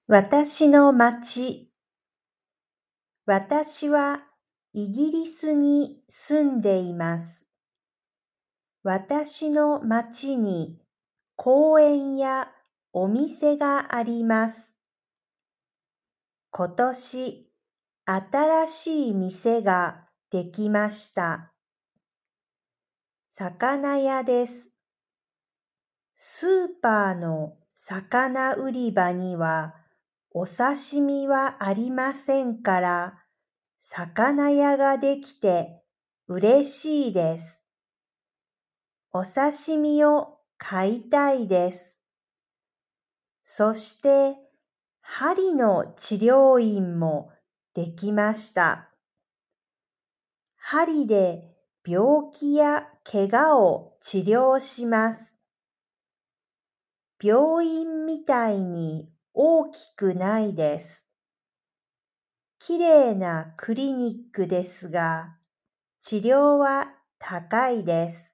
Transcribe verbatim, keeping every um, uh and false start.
私の町。私はイギリスに住んでいます。私の町に公園やお店があります。今年、新しい店ができました。魚屋です。スーパーの魚売り場にはお刺身はありませんから、魚屋ができて嬉しいです。お刺身を買いたいです。そして、針の治療院もできました。針で病気や怪我を治療します。病院みたいに大きくないです。きれいなクリニックですが、治療は高いです。